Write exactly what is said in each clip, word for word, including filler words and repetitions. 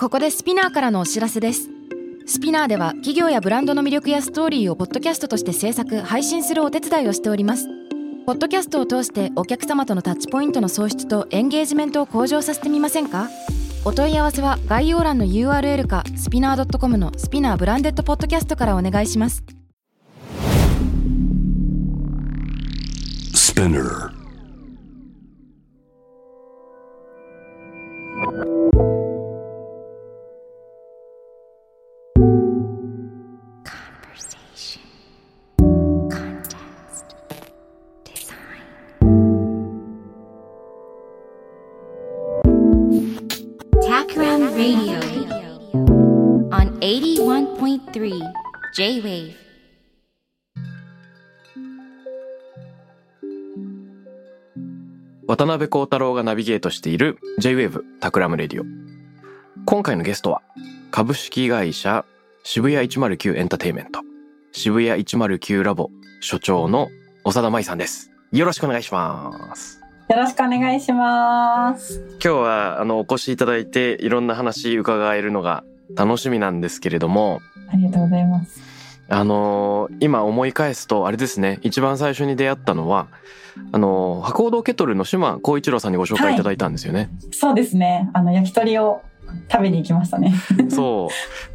ここでスピナーからのお知らせです。スピナーでは企業やブランドの魅力やストーリーをポッドキャストとして制作・配信するお手伝いをしております。ポッドキャストを通してお客様とのタッチポイントの創出とエンゲージメントを向上させてみませんか？お問い合わせは概要欄の ユーアールエル かスピナー ドットコム のスピナーブランデッドポッドキャストからお願いします。スピナー Radio on eighty-one point three J-Wave。 渡辺幸太郎がナビゲートしている J-Wave タクラムレディオ。今回のゲストは株式会社渋谷いちまるきゅうエンターテイメント渋谷いちまるきゅうラボ所長の長田舞さんです。よろしくお願いします。 よろしくお願いします。 今日はあのお越しいただいていろんな話伺えるのが楽しみなんですけれども、 ありがとうございます。 あのー、今思い返すとあれですね、一番最初に出会ったのはあのー、博報堂ケトルの島光一郎さんにご紹介いただいたんですよね、 はい、そうですね。あの焼き鳥を食べに行きましたねそう、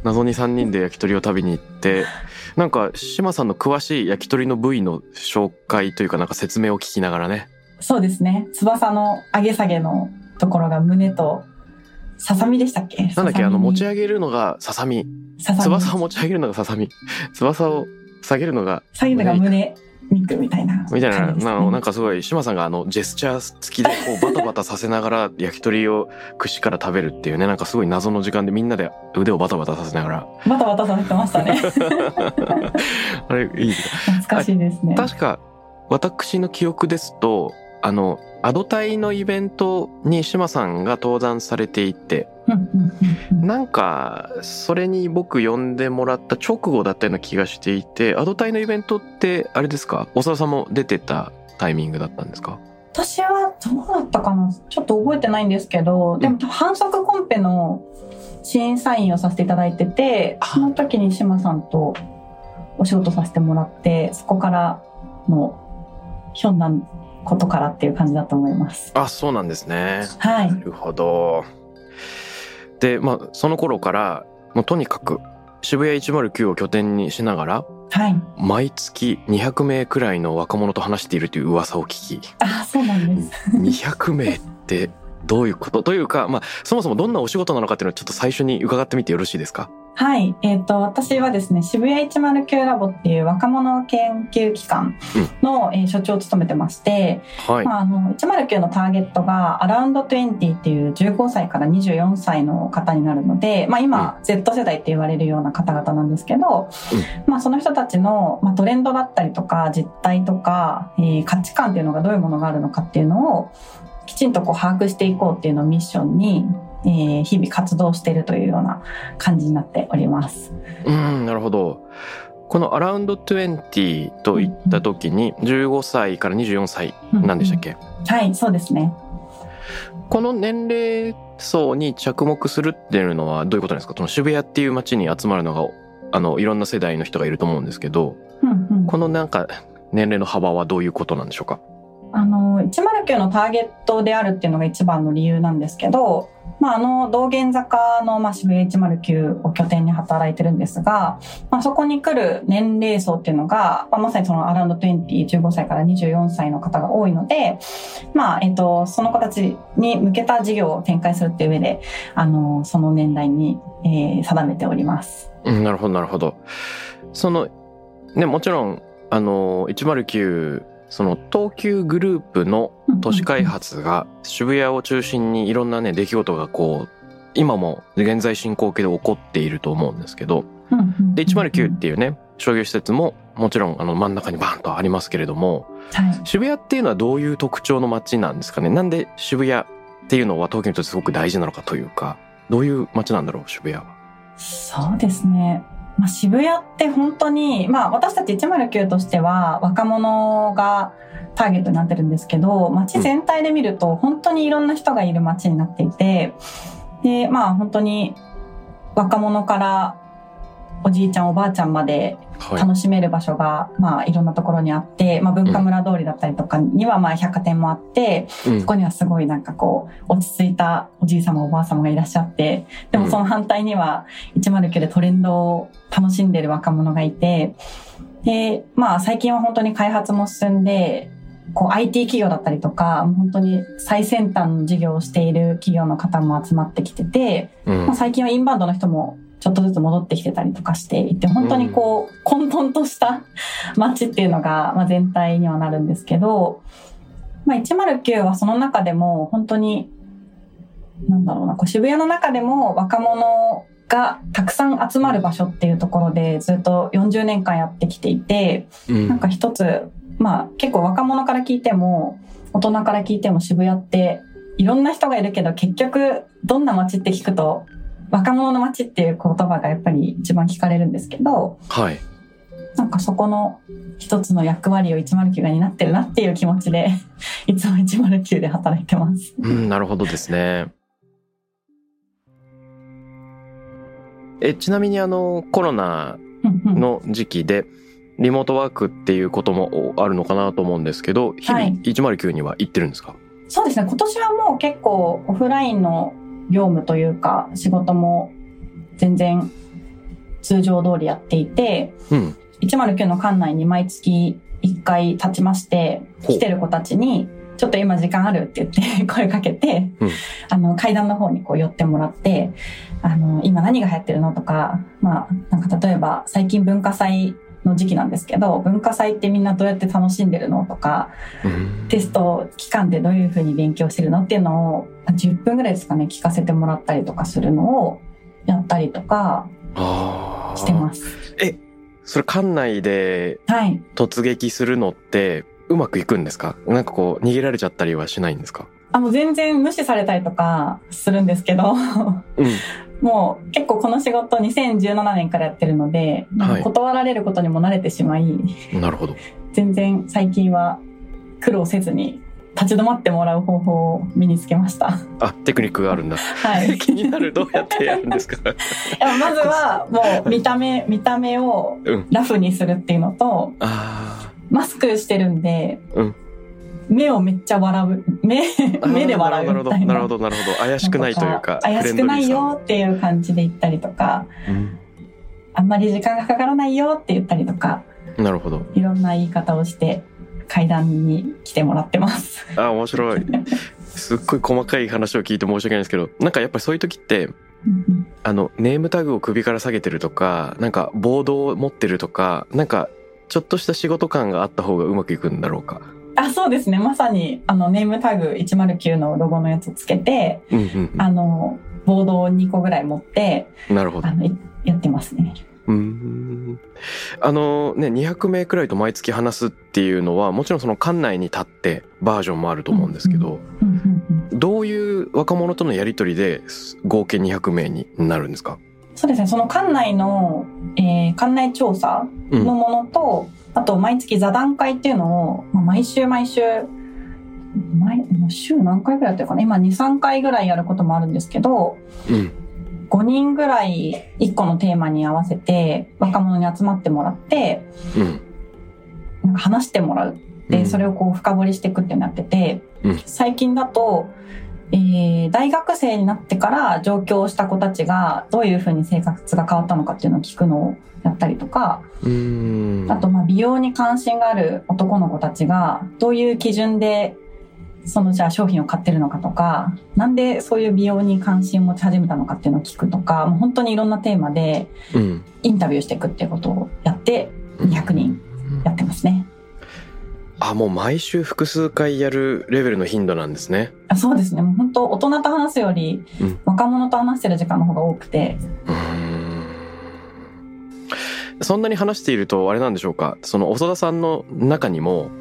謎にさんにんで焼き鳥を食べに行って、なんか島さんの詳しい焼き鳥の部位の紹介というかなんか説明を聞きながらね。 そうですね。翼の上げ下げのところが胸とささみでしたっけ？ なんだっけ、あの持ち上げるのがささみ、 ささみ翼を持ち上げるのがささみ、翼を下げるのが下げるのが胸肉みたいなみたいな、ね、な, なんかすごい島さんがあのジェスチャー付きでこうバタバタさせながら焼き鳥を串から食べるっていうね、なんかすごい謎の時間でみんなで腕をバタバタさせながらバタバタさせてましたねあれいい懐かしいですね。 確か私の記憶ですと、あのアドタイのイベントに島さんが登壇されていて、なんかそれに僕呼んでもらった直後だったような気がしていて、アドタイのイベントってあれですか、長田さんも出てたタイミングだったんですか？ 私はどうだったかな、ちょっと覚えてないんですけど、でも反則コンペの審査員をさせていただいてて、その時に島さんとお仕事させてもらって、そこからのひょんなことからっていう感じだと思います。 あ、そうなんですね。 はい。 なるほど。で、まあその頃からもうとにかく渋谷いちまるきゅうを拠点にしながら、 はい、 毎月にひゃくめいくらいの若者と話しているという噂を聞き。 あ、そうなんです。 にひゃくめいってどういうことというか、まあそもそもどんなお仕事なのかっていうのをちょっと最初に伺ってみてよろしいですか？ はい、えーと、私はですね、渋谷いちまるきゅうラボっていう若者研究機関の、うんえー、所長を務めてまして、はい、まあ、あのいちまるきゅうのターゲットがアラウンドにじゅうっていうじゅうごさいからにじゅうよんさいの方になるので、まあ、今、うん、Z 世代って言われるような方々なんですけど、うん、まあ、その人たちの、まあ、トレンドだったりとか実態とか、えー、価値観っていうのがどういうものがあるのかっていうのをきちんとこう把握していこうっていうのをミッションにえー、日々活動しているというような感じになっております。 うん、なるほど。このアラウンドにじゅうといった時にじゅうごさいからにじゅうよんさいなんでしたっけ？ うんうん、はい、そうですね。 この年齢層に着目するっていうのはどういうことなんですか？その渋谷っていう街に集まるのがあのいろんな世代の人がいると思うんですけど、うんうん、このなんか年齢の幅はどういうことなんでしょうか？ あのいちまるきゅうのターゲットであるっていうのが一番の理由なんですけど、まあ、あの道玄坂の、まあ、渋谷いちまるきゅうを拠点に働いてるんですが、まあ、そこに来る年齢層っていうのが、まあ、まさにそのアラウンドにじゅう、じゅうごさいからにじゅうよんさいの方が多いので、まあえっと、その子たちに向けた事業を展開するっていう上で、あのその年代に、えー、定めております。 うん、なるほどなるほど。そのね、もちろんあのいちまるきゅうその東急グループの都市開発が渋谷を中心にいろんなね出来事がこう今も現在進行形で起こっていると思うんですけど、でいちまるきゅうっていうね商業施設ももちろんあの真ん中にバーンとありますけれども、はい、渋谷っていうのはどういう特徴の街なんですかね？なんで渋谷っていうのは東京にとってすごく大事なのかというか、どういう街なんだろう渋谷は。 そうですね、まあ、渋谷って本当に、まあ、私たちいちまるきゅうとしては若者がターゲットになってるんですけど、街全体で見ると本当にいろんな人がいる街になっていて、で、まあ、本当に若者からおじいちゃんおばあちゃんまで楽しめる場所が、はい、まあいろんなところにあって、まあ文化村通りだったりとかにはまあ百貨店もあって、うん、そこにはすごいなんかこう落ち着いたおじい様おばあ様がいらっしゃって、でもその反対にはいちまるきゅうでトレンドを楽しんでる若者がいて、で、まあ最近は本当に開発も進んで、こう アイティー 企業だったりとか、本当に最先端の事業をしている企業の方も集まってきてて、うん、まあ、最近はインバウンドの人もちょっとずつ戻ってきてたりとかしていて、本当にこう、混沌とした街っていうのが、まあ、全体にはなるんですけど、まあ、いちまるきゅうはその中でも本当に、なんだろうな、こう渋谷の中でも若者がたくさん集まる場所っていうところでずっとよんじゅうねんかんやってきていて、うん、なんか一つ、まあ結構若者から聞いても大人から聞いても渋谷っていろんな人がいるけど結局どんな街って聞くと若者の街っていう言葉がやっぱり一番聞かれるんですけど、 はい、 なんかそこの一つの役割をいちまるきゅうが担ってるなっていう気持ちでいつもいちまるきゅうで働いてます。 うん、なるほどですね。え、ちなみにあのコロナの時期でリモートワークっていうこともあるのかなと思うんですけど、日々いちまるきゅうには行ってるんですか？はい、 そうですね。今年はもう結構オフラインの業務というか仕事も全然通常通りやっていて、うん、いちまるきゅうの館内に毎月いっかい立ちまして、来てる子たちにちょっと今時間あるって言って声かけて、うん、あの階段の方にこう寄ってもらって、あの今何が流行ってるのとか、まあなんか例えば最近文化祭の時期なんですけど、文化祭ってみんなどうやって楽しんでるのとか、うん、テスト期間でどういう風に勉強してるのっていうのをじゅっぷんぐらいですかね、聞かせてもらったりとかするのをやったりとかしてます。 え、それ館内で突撃するのってうまくいくんですか？なんかこう逃げられちゃったりはしないんですか？ あ、もう全然無視されたりとかするんですけど、うん、もう結構この仕事にせんじゅうななねんからやってるので、はい、断られることにも慣れてしまい、 なるほど。 全然最近は苦労せずに立ち止まってもらう方法を身につけました。 あ、テクニックがあるんだ。 はい。 気になる。どうやってやるんですか？いや、まずはもう見た目見た目をラフにするっていうのと、うん、あマスクしてるんで。うん、目をめっちゃ笑う。目、目で笑うみたいな。 なるほど、なるほど。怪しくないというか。 怪しくないよっていう感じで言ったりとか、うん、あんまり時間がかからないよって言ったりとか。 なるほど。 いろんな言い方をして階段に来てもらってます。 あ、面白い。すっごい細かい話を聞いて申し訳ないんですけど、なんかやっぱりそういう時って、あの、ネームタグを首から下げてるとか、なんかボードを持ってるとか、なんかちょっとした仕事感があった方がうまくいくんだろうか。 あ、そうですね。まさに、あの、ネームタグいちまるきゅうのロゴのやつつけて、うんうんうん、あの、ボードをにこぐらい持って、 なるほど。 あの、やってますね。 うーん。あのね、にひゃくめいくらいと毎月話すっていうのは、もちろんその館内に立ってバージョンもあると思うんですけど、うんうんうん、どういう若者とのやりとりで合計にひゃくめいになるんですか？ そうですね。その館内の、えー、館内調査のものと、うんあと、毎月座談会っていうのを、まあ、毎週毎週、毎、週何回ぐらいやってるかな？今に、さんかいぐらいやることもあるんですけど、うん、ごにんぐらいいっこのテーマに合わせて若者に集まってもらって、うん、なんか話してもらう。で、それをこう深掘りしていくってなってて、うん、最近だと、えー、大学生になってから上京した子たちがどういうふうに生活が変わったのかっていうのを聞くのをやったりとか、うーんあとまあ美容に関心がある男の子たちがどういう基準でそのじゃあ商品を買ってるのかとか、なんでそういう美容に関心を持ち始めたのかっていうのを聞くとか、もう本当にいろんなテーマでインタビューしていくっていうことをやってにひゃくにんやってますね。 あ、もう毎週複数回やるレベルの頻度なんですね。 あ、そうですね。もう本当大人と話すより若者と話してる時間の方が多くて、うん、うーんそんなに話しているとあれなんでしょうか、その長田さんの中にも、うんうん、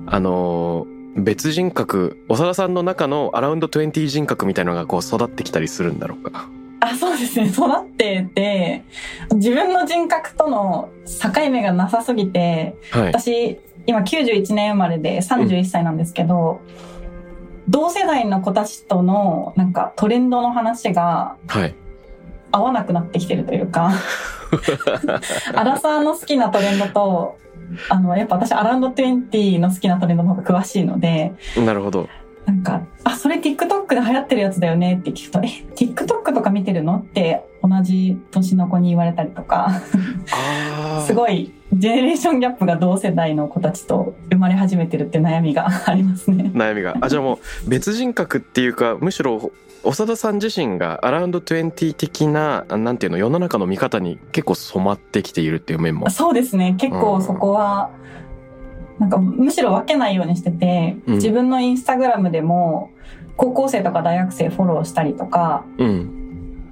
あの別人格、長田さんの中のアラウンドにじゅう人格みたいなのがこう育ってきたりするんだろうか。 あ、そうですね。育ってて自分の人格との境目がなさすぎて、はい、私今きゅうじゅういちねん生まれでさんじゅういっさいなんですけど、うん、同世代の子たちとのなんかトレンドの話が、はい、 合わなくなってきてるというかアラサーの好きなトレンドとあのやっぱ私アラウンドにじゅうの好きなトレンドの方が詳しいので、 なるほど。 なんかあそれ TikTok で流行ってるやつだよねって聞くと、え TikTok とか見てるのって同じ年の子に言われたりとかあすごいジェネレーションギャップが同世代の子たちと生まれ始めてるって悩みがありますね。 悩みがあじゃあもう別人格っていうか、むしろ長田さん自身がアラウンドにじゅう的ななんていうの世の中の見方に結構染まってきているっていう面も。 そうですね、結構そこは、うん、なんかむしろ分けないようにしてて、うん、自分のインスタグラムでも高校生とか大学生フォローしたりとか、うん、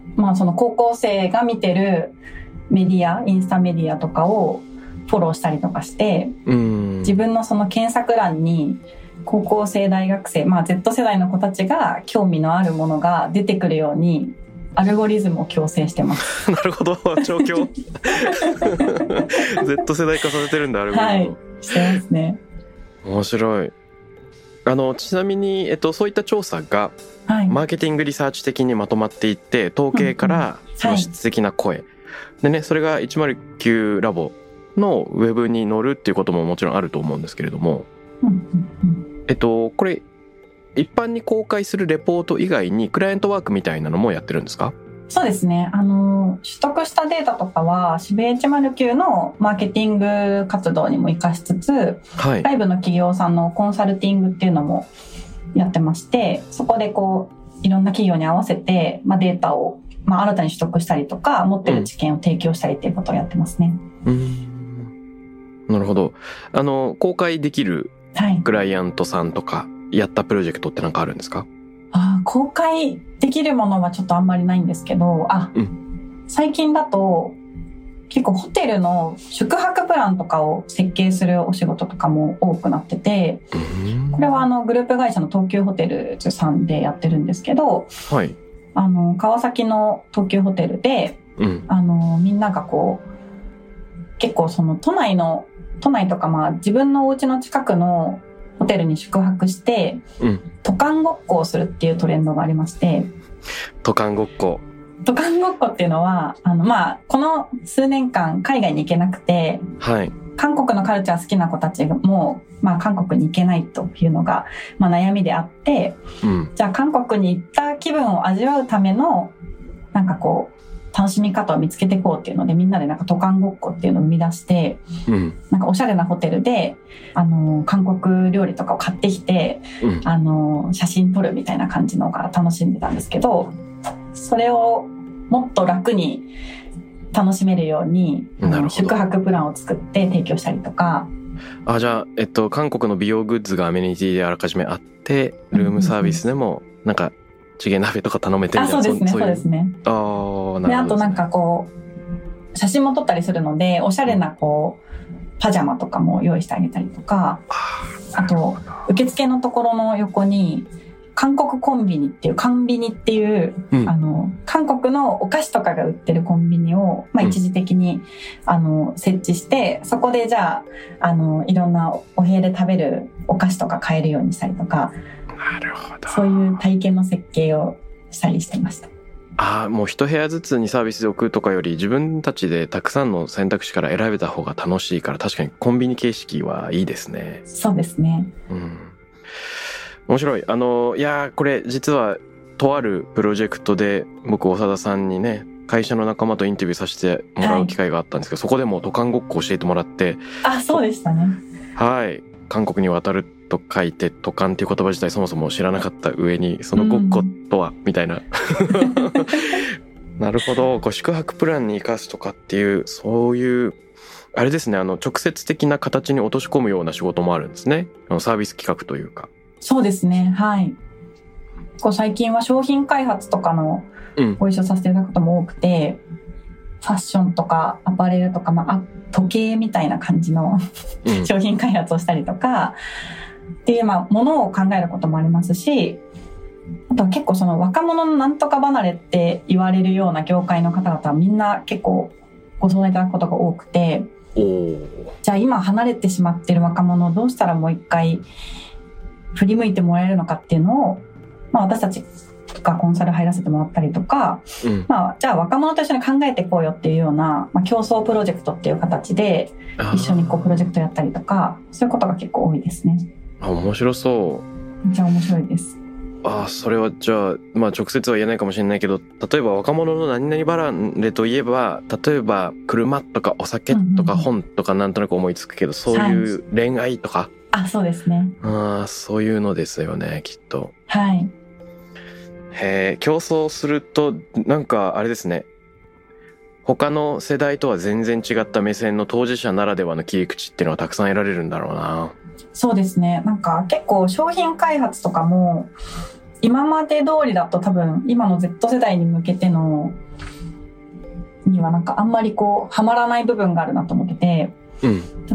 まあその高校生が見てるメディアインスタメディアとかをフォローしたりとかして、うん、自分のその検索欄に高校生大学生、まあ Z 世代の子たちが興味のあるものが出てくるようにアルゴリズムを矯正してますなるほど、調教Z 世代化させてるんだアルゴリズム。 はいしてますね。 面白い。あのちなみに、えっと、そういった調査が、はい、マーケティングリサーチ的にまとまっていって統計からその質的な声、うんうんはい、でね、それがいちまるきゅうラボのウェブに載るっていうことももちろんあると思うんですけれども、うんうんうんえっと、これ一般に公開するレポート以外にクライアントワークみたいなのもやってるんですか？ そうですね、あの取得したデータとかは渋谷いちまるきゅうのマーケティング活動にも活かしつつ、はい、外部の企業さんのコンサルティングっていうのもやってまして、そこでこういろんな企業に合わせて、まあ、データを、まあ、新たに取得したりとか持ってる知見を提供したりっていうことをやってますね。 うん、なるほど。あの公開できるクライアントさんとかやったプロジェクトって何かあるんですか？ あ、公開できるものはちょっとあんまりないんですけど、あ、うん、最近だと結構ホテルの宿泊プランとかを設計するお仕事とかも多くなってて、これはあのグループ会社の東急ホテルズさんでやってるんですけど、はい、あの川崎の東急ホテルで、うん、あのみんながこう結構その都内の都内とかまあ自分のお家の近くのホテルに宿泊して、うん、渡韓ごっこをするっていうトレンドがありまして。 渡韓ごっこ渡韓ごっこっていうのはあの、まあ、この数年間海外に行けなくて、はい、韓国のカルチャー好きな子たちも、まあ、韓国に行けないというのが、まあ、悩みであって、うん、じゃあ韓国に行った気分を味わうためのなんかこう楽しみ方を見つけていこうっていうので、みんなでなんか渡韓ごっこっていうのを生み出して、うん、なんかおしゃれなホテルであの韓国料理とかを買ってきて、うん、あの写真撮るみたいな感じのが楽しんでたんですけど、それをもっと楽に楽しめるように宿泊プランを作って提供したりとか。 あ、じゃあ、えっと、韓国の美容グッズがアメニティであらかじめあってルームサービスでもなんかチゲ鍋とか頼めてみたいな。 あ、そうですね、そうですね。 あー、なるほどですね。 で、あとなんかこう写真も撮ったりするのでおしゃれなこうパジャマとかも用意してあげたりとか、あと受付のところの横に韓国コンビニっていうカンビニっていう、うん、あの韓国のお菓子とかが売ってるコンビニを、まあ、一時的に、うん、あの設置して、そこでじゃあ、あのいろんなお部屋で食べるお菓子とか買えるようにしたりとか、 なるほど、 そういう体験の設計をしたりしてました。 ああ、もう一部屋ずつにサービスで置くとかより自分たちでたくさんの選択肢から選べた方が楽しいから、確かにコンビニ形式はいいですね。 そうですね。 うん、面白い。あのいやこれ実はとあるプロジェクトで僕長田さんにね会社の仲間とインタビューさせてもらう機会があったんですけど、はい、そこでも渡韓ごっこ教えてもらって。 あ、そうでしたね。 はい、韓国に渡ると書いて渡韓っていう言葉自体そもそも知らなかった上にそのごっことは、うん、みたいななるほど。ご宿泊プランに生かすとかっていうそういうあれですね、あの直接的な形に落とし込むような仕事もあるんですね。あのサービス企画というか。 そうですね、はい。こう最近は商品開発とかのご一緒させていただくことも多くて、うん、ファッションとかアパレルとか、まあ、時計みたいな感じの商品開発をしたりとかっていう、まあ、ものを考えることもありますし、あとは結構その若者のなんとか離れって言われるような業界の方々はみんな結構ご相談いただくことが多くて、じゃあ今離れてしまっている若者をどうしたらもう一回振り向いてもらえるのかっていうのを、まあ、私たちかコンサル入らせてもらったりとか、うん、まあ、じゃあ若者と一緒に考えていこうよっていうような、まあ、競争プロジェクトっていう形で一緒にこうプロジェクトやったりとか、そういうことが結構多いですね。 あ、面白そう。 めっちゃ面白いです。 ああ、それはじゃあ、まあ直接は言えないかもしれないけど、例えば若者の何々バランレといえば、例えば車とかお酒とか本とかなんとなく思いつくけど、そういう恋愛とか。 あ、そうですね。 ああ、そういうのですよね、きっと。 はい。 へえ、競争すると、なんかあれですね。他の世代とは全然違った目線の当事者ならではの切り口っていうのはたくさん得られるんだろうな。 そうですね。なんか結構商品開発とかも今まで通りだと多分今の Z 世代に向けてのにはなんかあんまりこうはまらない部分があるなと思ってて、うん、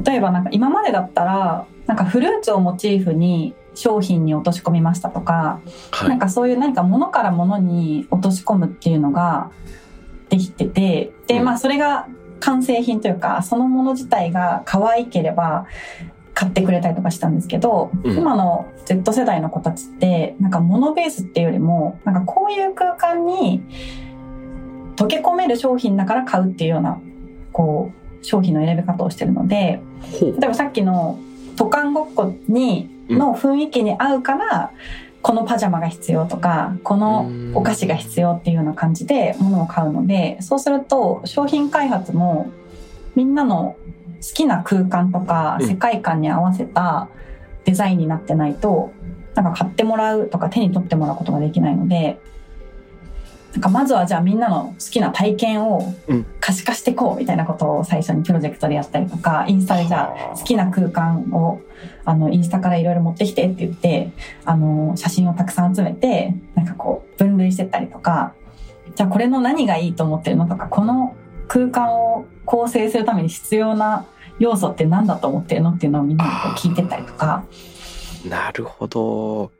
例えばなんか今までだったらなんかフルーツをモチーフに商品に落とし込みましたとか、はい、なんかそういう何か物から物に落とし込むっていうのができてて、で、まあそれが完成品というかそのもの自体が可愛ければ買ってくれたりとかしたんですけど、うん、今の Z 世代の子たちってなんかモノベースっていうよりもなんかこういう空間に溶け込める商品だから買うっていうようなこう商品の選び方をしてるので、例えばさっきの渡韓ごっこにの雰囲気に合うから、うん、このパジャマが必要とかこのお菓子が必要っていうような感じで物を買うので、そうすると商品開発もみんなの好きな空間とか世界観に合わせたデザインになってないと、なんか買ってもらうとか手に取ってもらうことができないので、なんかまずはじゃあみんなの好きな体験を可視化していこうみたいなことを最初にプロジェクトでやったりとか、インスタでじゃあ好きな空間をあのインスタからいろいろ持ってきてって言ってあの写真をたくさん集めてなんかこう分類してったりとか、じゃあこれの何がいいと思ってるのとか、この空間を構成するために必要な要素って何だと思ってるのっていうのをみんなにこう聞いてったりとか。 なるほど。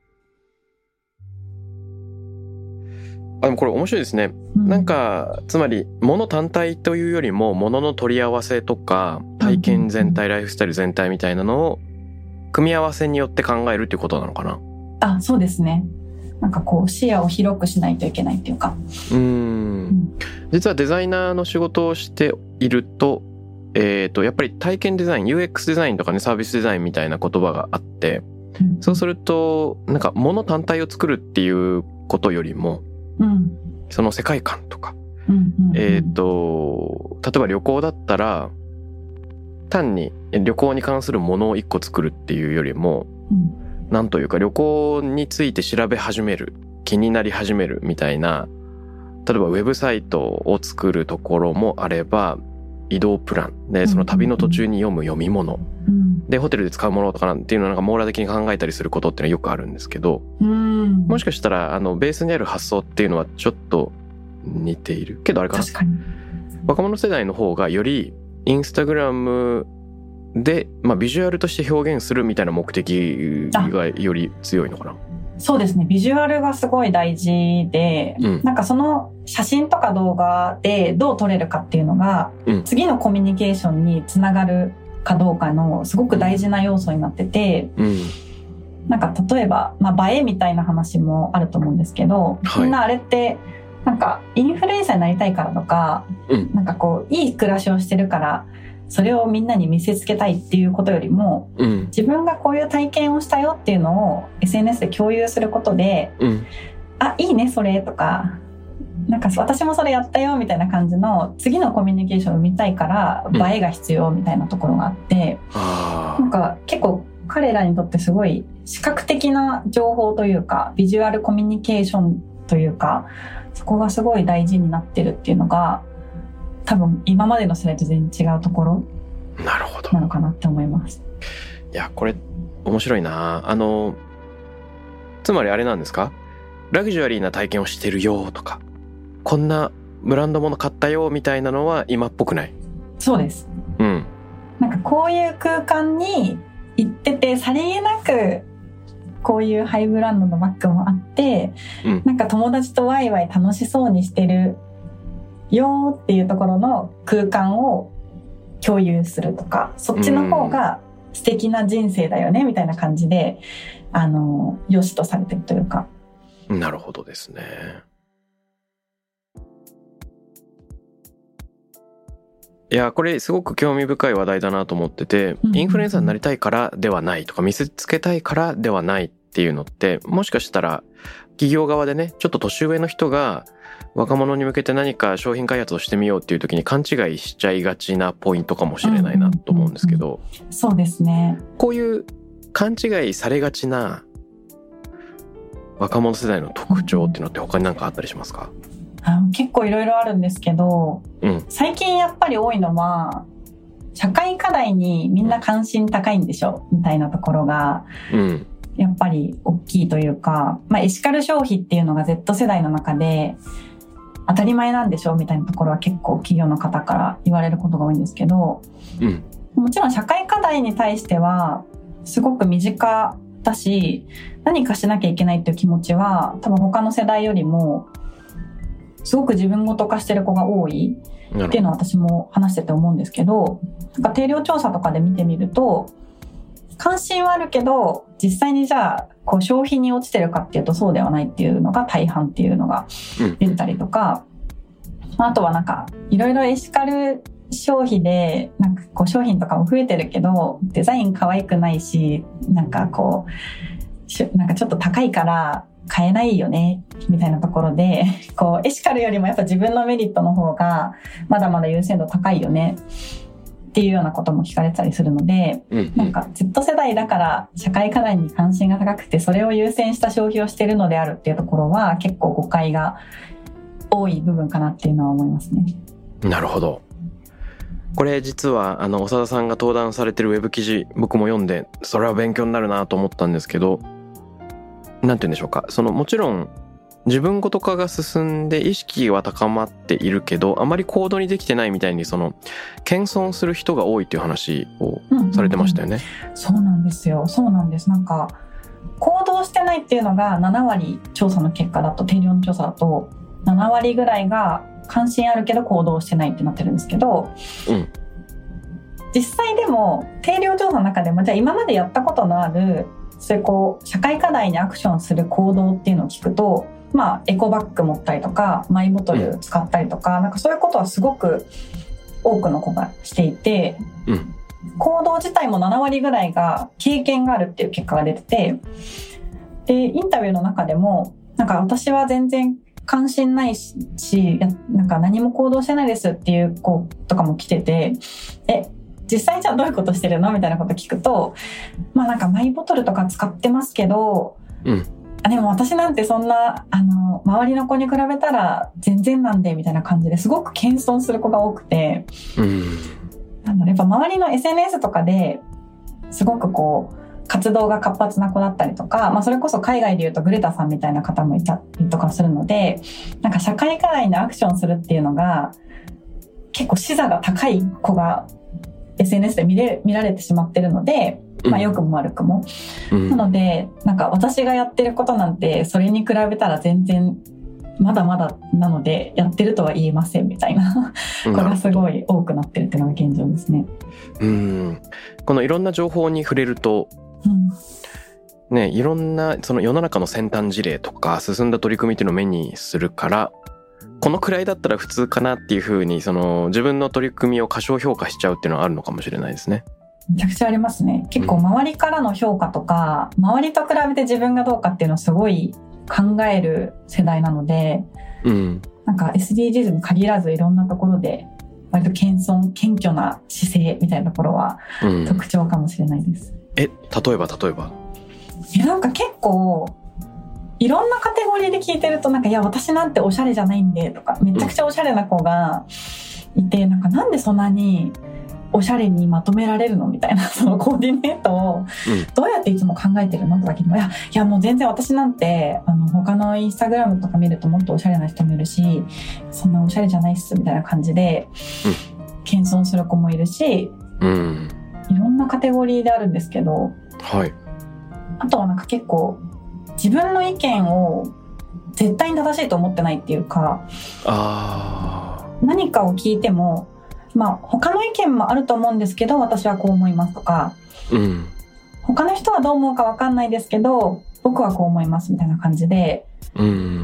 あ、でもこれ面白いですね、うん、なんかつまり物単体というよりも物の取り合わせとか体験全体、うん、ライフスタイル全体みたいなのを組み合わせによって考えるっていうことなのかな。 あ、そうですね。なんかこう視野を広くしないといけないっていうか、 うーん、うん、実はデザイナーの仕事をしていると、えーと、やっぱり体験デザイン ユーエックス デザインとかね、サービスデザインみたいな言葉があって、うん、そうするとなんか物単体を作るっていうことよりも、うん、その世界観とか、うんうんうん、えーと例えば旅行だったら単に旅行に関するものを一個作るっていうよりも、うん、なんというか旅行について調べ始める、気になり始めるみたいな、例えばウェブサイトを作るところもあれば、移動プランでその旅の途中に読む読み物、うん、でホテルで使うものとかなんていうのはなんか網羅的に考えたりすることっていうのはよくあるんですけど、うん、もしかしたらあのベースにある発想っていうのはちょっと似ているけど、あれかな、 確かに若者世代の方がよりインスタグラムで、まあ、ビジュアルとして表現するみたいな目的がより強いのかな。 そうですね。ビジュアルがすごい大事で、うん、なんかその写真とか動画でどう撮れるかっていうのが、うん、次のコミュニケーションにつながるかどうかのすごく大事な要素になってて、うん、なんか例えば、まあ、映えみたいな話もあると思うんですけど、はい、みんなあれってなんかインフルエンサーになりたいからとか、うん、なんかこういい暮らしをしてるからそれをみんなに見せつけたいっていうことよりも、うん、自分がこういう体験をしたよっていうのを エスエヌエス で共有することで、うん、あ、いいねそれとか、なんか私もそれやったよみたいな感じの次のコミュニケーションを見たいから映えが必要みたいなところがあって、うん、なんか結構彼らにとってすごい視覚的な情報というかビジュアルコミュニケーションというか、そこがすごい大事になってるっていうのが多分今までの世代と全然違うところなのかなって思います。 いや、これ面白いな。あのつまりあれなんですか、ラグジュアリーな体験をしてるよとか、こんなブランド物買ったよみたいなのは今っぽくない。 そうです、うん、なんかこういう空間に行っててさりげなくこういうハイブランドのバッグもあって、うん、なんか友達とワイワイ楽しそうにしてるよっていうところの空間を共有するとか、そっちの方が素敵な人生だよねみたいな感じで、あの良しとされてるというか。 なるほどですね。いやこれすごく興味深い話題だなと思ってて、インフルエンサーになりたいからではないとか見せつけたいからではないっていうのって、もしかしたら企業側でね、ちょっと年上の人が若者に向けて何か商品開発をしてみようっていう時に勘違いしちゃいがちなポイントかもしれないなと思うんですけど、 うんうんうん、そうですね。 こういう勘違いされがちな若者世代の特徴っていうのって他に何かあったりしますか？ あの結構いろいろあるんですけど、うん、最近やっぱり多いのは社会課題にみんな関心高いんでしょみたいなところが、うんやっぱり大きいというか、まあ、エシカル消費っていうのが Z 世代の中で当たり前なんでしょみたいなところは結構企業の方から言われることが多いんですけど、うん、もちろん社会課題に対してはすごく身近だし、何かしなきゃいけないっていう気持ちは多分他の世代よりもすごく自分ごと化してる子が多いっていうのは私も話してて思うんですけど、なんか定量調査とかで見てみると関心はあるけど実際にじゃあこう消費に落ちてるかっていうとそうではないっていうのが大半っていうのが出てたりとか、うん、あとはなんかいろいろエシカル消費でなんかこう商品とかも増えてるけどデザイン可愛くないしなんかこうなんかちょっと高いから買えないよねみたいなところでこうエシカルよりもやっぱ自分のメリットの方がまだまだ優先度高いよねっていうようなことも聞かれたりするので、うんうん、なんか Z 世代だから社会課題に関心が高くてそれを優先した消費をしているのであるっていうところは結構誤解が多い部分かなっていうのは思いますね。 なるほど。これ実はあの長田さんが登壇されてるウェブ記事僕も読んでそれは勉強になるなと思ったんですけど、なんて言うんでしょうか、そのもちろん自分ごと化が進んで意識は高まっているけどあまり行動にできてないみたいにその謙遜する人が多いっていう話をされてましたよね、 うんうんうん、そうなんですよ。そうなんです。なんか行動してないっていうのがななわり調査の結果だと定量の調査だとななわりぐらいが関心あるけど行動してないってなってるんですけど、うん、実際でも定量調査の中でもじゃあ今までやったことのあるそういうこう社会課題にアクションする行動っていうのを聞くと、まあエコバッグ持ったりとかマイボトル使ったりとか、うん、なんかそういうことはすごく多くの子がしていて、うん、行動自体もななわりぐらいが経験があるっていう結果が出てて、でインタビューの中でもなんか私は全然関心ないし、なんか何も行動してないですっていう子とかも来てて、え実際じゃあどういうことしてるのみたいなこと聞くと、まあなんかマイボトルとか使ってますけど、うん、あでも私なんてそんなあの周りの子に比べたら全然なんでみたいな感じですごく謙遜する子が多くて、うん、あのやっぱ周りの エスエヌエス とかですごくこう活動が活発な子だったりとか、まあ、それこそ海外でいうとグレタさんみたいな方もいたりとかするので、なんか社会課題にアクションするっていうのが結構視座が高い子が エスエヌエス で見れ、見られてしまってるので、まあ良くも悪くも、うん、なのでなんか私がやってることなんてそれに比べたら全然まだまだなのでやってるとは言えませんみたいな子がすごい多くなってるっていうのが現状ですね。 うん、このいろんな情報に触れるとうんね、いろんなその世の中の先端事例とか進んだ取り組みっていうのを目にするから、このくらいだったら普通かなっていう風にその自分の取り組みを過小評価しちゃうっていうのはあるのかもしれないですね。 めちゃくちゃありますね。結構周りからの評価とか、うん、周りと比べて自分がどうかっていうのをすごい考える世代なので、うん、なんか エスディージーズ に限らずいろんなところで割と謙遜謙虚な姿勢みたいなところは特徴かもしれないです、うん。 え、例えば例えばえなんか結構いろんなカテゴリーで聞いてるとなんかいや私なんておしゃれじゃないんでとかめちゃくちゃおしゃれな子がいて、うん、なんかなんでそんなにおしゃれにまとめられるのみたいなそのコーディネートをどうやっていつも考えてるのとか聞いても、いや、いやもう全然私なんてあの他のインスタグラムとか見るともっとおしゃれな人もいるしそんなおしゃれじゃないっすみたいな感じで、うん、謙遜する子もいるし、うんいろんなカテゴリーであるんですけど、はい、あとはなんか結構自分の意見を絶対に正しいと思ってないっていうか、あ何かを聞いても、まあ他の意見もあると思うんですけど私はこう思いますとか、うん、他の人はどう思うか分かんないですけど僕はこう思いますみたいな感じで、 うん、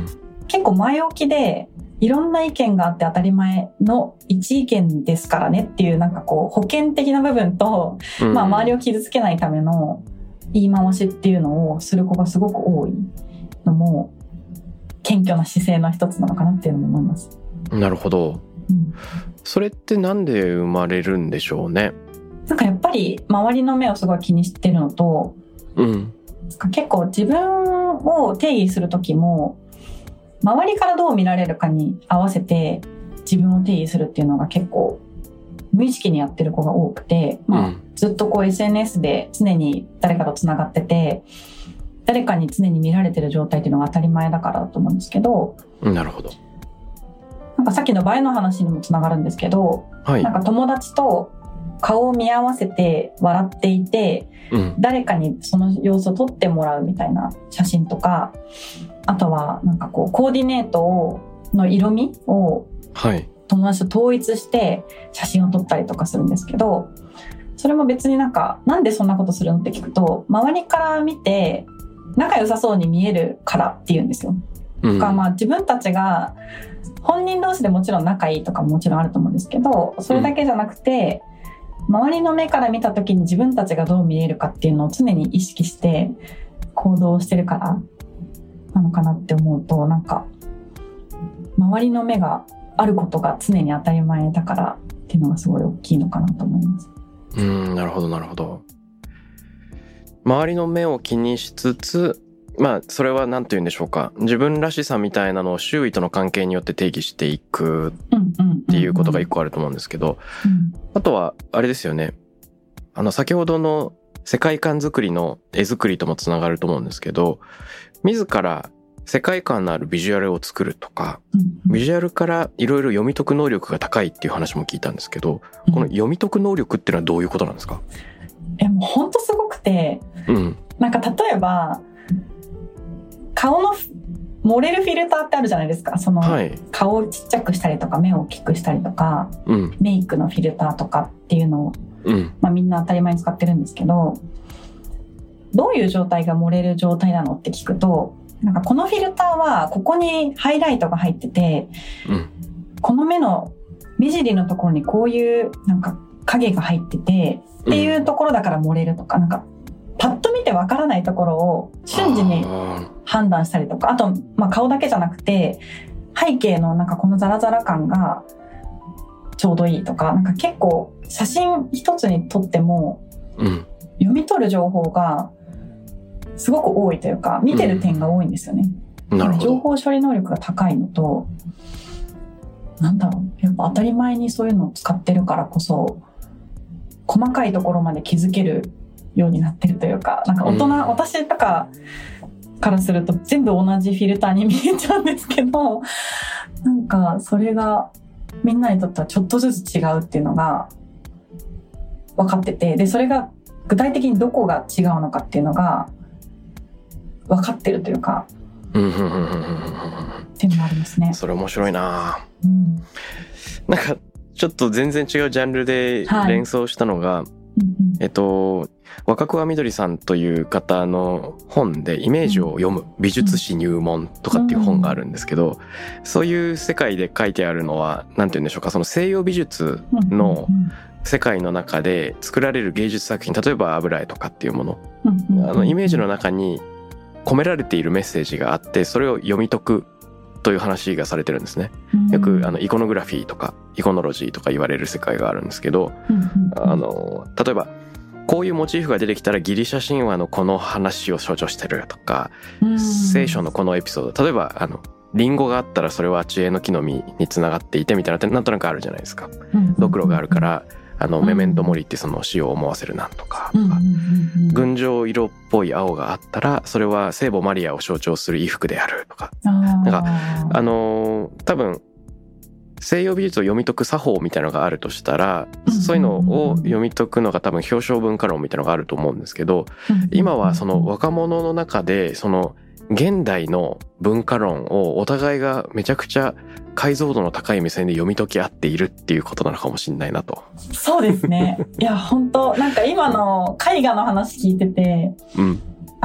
結構前置きでいろんな意見があって当たり前の一意見ですからねっていうなんかこう保険的な部分と、うん、まあ周りを傷つけないための言い回しっていうのをする子がすごく多いのも謙虚な姿勢の一つなのかなっていうのも思います。 なるほど、うん、それってなんで生まれるんでしょうね。 なんかやっぱり周りの目をすごい気にしてるのと、 うん、 結構自分を定義する時も周りからどう見られるかに合わせて自分を定義するっていうのが結構無意識にやってる子が多くて、まあ、うん、ずっとこう エスエヌエス で常に誰かとつながってて誰かに常に見られてる状態っていうのが当たり前だからだと思うんですけど。 なるほど。 なんかさっきの映えの話にもつながるんですけど、はい、なんか友達と顔を見合わせて笑っていて、うん、誰かにその様子を撮ってもらうみたいな写真とか、あとはなんかこうコーディネートをの色味を友達と統一して写真を撮ったりとかするんですけど、それも別になんかなんでそんなことするのって聞くと、周りから見て仲良さそうに見えるからって言うんですよ。うん、とかまあ自分たちが本人同士でもちろん仲いいとかももちろんあると思うんですけど、それだけじゃなくて、うん、周りの目から見た時に自分たちがどう見えるかっていうのを常に意識して行動してるからなのかなって思うと、なんか周りの目があることが常に当たり前だからっていうのがすごい大きいのかなと思います。 うーん、なるほどなるほど。周りの目を気にしつつ、まあそれは何て言うんでしょうか、自分らしさみたいなのを周囲との関係によって定義していくっていうことが一個あると思うんですけど、あとはあれですよね、あの先ほどの世界観作りの絵作りともつながると思うんですけど、自ら世界観のあるビジュアルを作るとか、ビジュアルからいろいろ読み解く能力が高いっていう話も聞いたんですけど、この読み解く能力っていうのはどういうことなんですか？ え、もう本当すごくて、うん、なんか例えば顔の盛れるフィルターってあるじゃないですか。その、はい、顔をちっちゃくしたりとか目を大きくしたりとか、うん、メイクのフィルターとかっていうのを、うんまあ、みんな当たり前に使ってるんですけど、どういう状態が盛れる状態なのって聞くと、なんかこのフィルターはここにハイライトが入ってて、うん、この目の目尻のところにこういうなんか影が入っててっていうところだから盛れるとか、うん、なんかパッと見てわからないところを瞬時に判断したりとか、あと、まあ、顔だけじゃなくて背景のなんかこのザラザラ感がちょうどいいとか、なんか結構写真一つに撮っても読み取る情報がすごく多いというか、見てる点が多いんですよね。うん、なるほど。情報処理能力が高いのと、なんだろう、やっぱ当たり前にそういうのを使ってるからこそ細かいところまで気づけるようになってるというか、なんか大人、うん、私とかからすると全部同じフィルターに見えちゃうんですけど、なんかそれがみんなにとってはちょっとずつ違うっていうのが分かってて、でそれが具体的にどこが違うのかっていうのが分かってるというか、っていうのもありますね。 それ面白いな、うん、なんかちょっと全然違うジャンルで連想したのが、はい、えっと若桑みどりさんという方の本でイメージを読む美術史入門とかっていう本があるんですけど、そういう世界で書いてあるのはなんて言うんでしょうか、その西洋美術の世界の中で作られる芸術作品、例えば油絵とかっていうもの、あのイメージの中に込められているメッセージがあって、それを読み解くという話がされてるんですね。よくあのイコノグラフィーとかイコノロジーとか言われる世界があるんですけど、あの例えばこういうモチーフが出てきたらギリシャ神話のこの話を象徴してるとか、聖書のこのエピソード、例えばあのリンゴがあったらそれは知恵の木の実につながっていてみたいなってなんとなくあるじゃないですか。ドクロがあるからあのメメントモリってその死を思わせるなんとか、群青色っぽい青があったらそれは聖母マリアを象徴する衣服であるとか、なんかあの多分西洋美術を読み解く作法みたいなのがあるとしたら、そういうのを読み解くのが多分表彰文化論みたいなのがあると思うんですけど、今はその若者の中でその現代の文化論をお互いがめちゃくちゃ解像度の高い目線で読み解き合っているっていうことなのかもしれないなと。そうですね。いや本当なんか今の絵画の話聞いてて、うん、